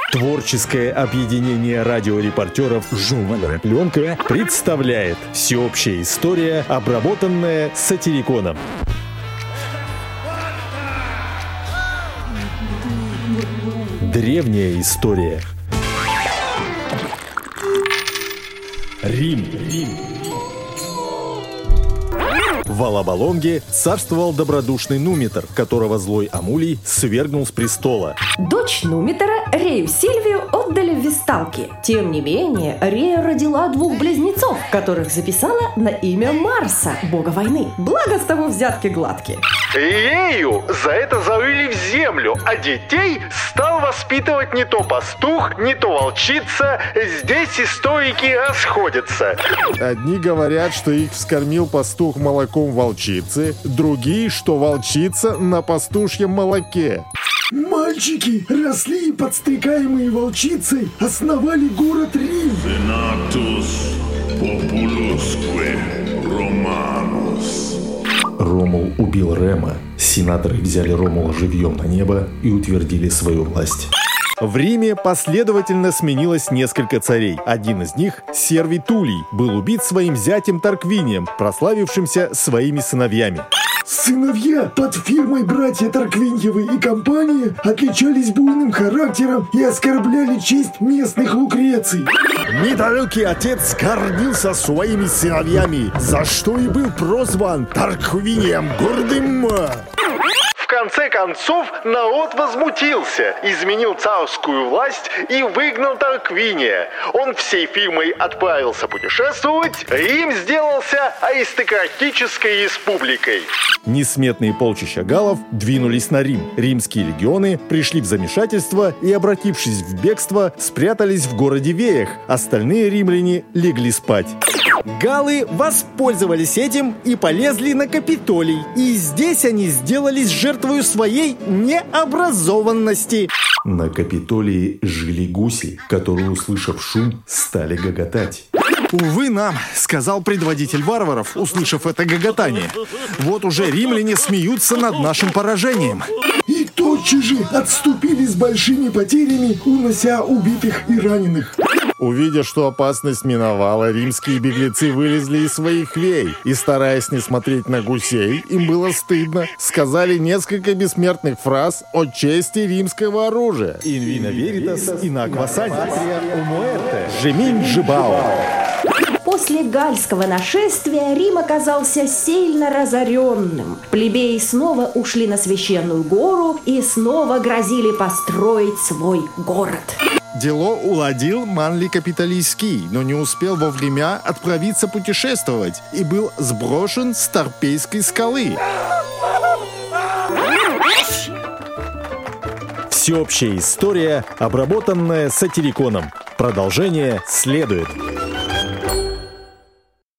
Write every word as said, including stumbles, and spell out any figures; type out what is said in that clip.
Творческое объединение радиорепортеров «Журнальная пленка» представляет всеобщая история, обработанная сатириконом. Древняя история. Рим. Рим. В Алабалонге царствовал добродушный Нумитор, которого злой Амулий свергнул с престола. Дочь Нумитора, Рею Сильвию, отдали в весталки. Тем не менее, Рея родила двух близнецов, которых записала на имя Марса, бога войны. Благо с того взятки гладкие. Рею за это зарыли в землю, а детей стал воспитывать не то пастух, не то волчица. Здесь историки расходятся. Одни говорят, что их вскормил пастух молоком волчицы, другие, что волчица на пастушьем молоке. Мальчики, росли и подстрекаемые волчицей, основали город Рим. Senatus populusque Romanus. Ромул убил Рема. Сенаторы взяли Ромула живьем на небо и утвердили свою власть. В Риме последовательно сменилось несколько царей. Один из них, Сервий Тулий, был убит своим зятем Тарквинием, прославившимся своими сыновьями. Сыновья под фирмой братья Тарквиньевы и компания отличались буйным характером и оскорбляли честь местных Лукреций. Недалекий отец гордился своими сыновьями, за что и был прозван Тарквинием гордым. В конце концов, народ возмутился, изменил царскую власть и выгнал Тарквиния. Он всей фирмой отправился путешествовать, Рим сделался аристократической республикой. Несметные полчища галлов двинулись на Рим. Римские легионы пришли в замешательство и, обратившись в бегство, спрятались в городе Веях. Остальные римляне легли спать. Галлы воспользовались этим и полезли на Капитолий. И здесь они сделались жертвой своей необразованности. На Капитолии жили гуси, которые, услышав шум, стали гоготать. «Увы нам», — сказал предводитель варваров, услышав это гоготание. «Вот уже римляне смеются над нашим поражением». И тотчас же отступили с большими потерями, унося убитых и раненых. Увидя, что опасность миновала, римские беглецы вылезли из своих вей и, стараясь не смотреть на гусей, им было стыдно, сказали несколько бессмертных фраз о чести римского оружия. «In vino veritas in aqua sanctis, o muerte, gemin jibao». После гальского нашествия Рим оказался сильно разоренным. Плебеи снова ушли на священную гору и снова грозили построить свой город. Дело уладил Манлий Капитолийский, но не успел вовремя отправиться путешествовать и был сброшен с Тарпейской скалы. Всеобщая история, обработанная сатириконом. Продолжение следует.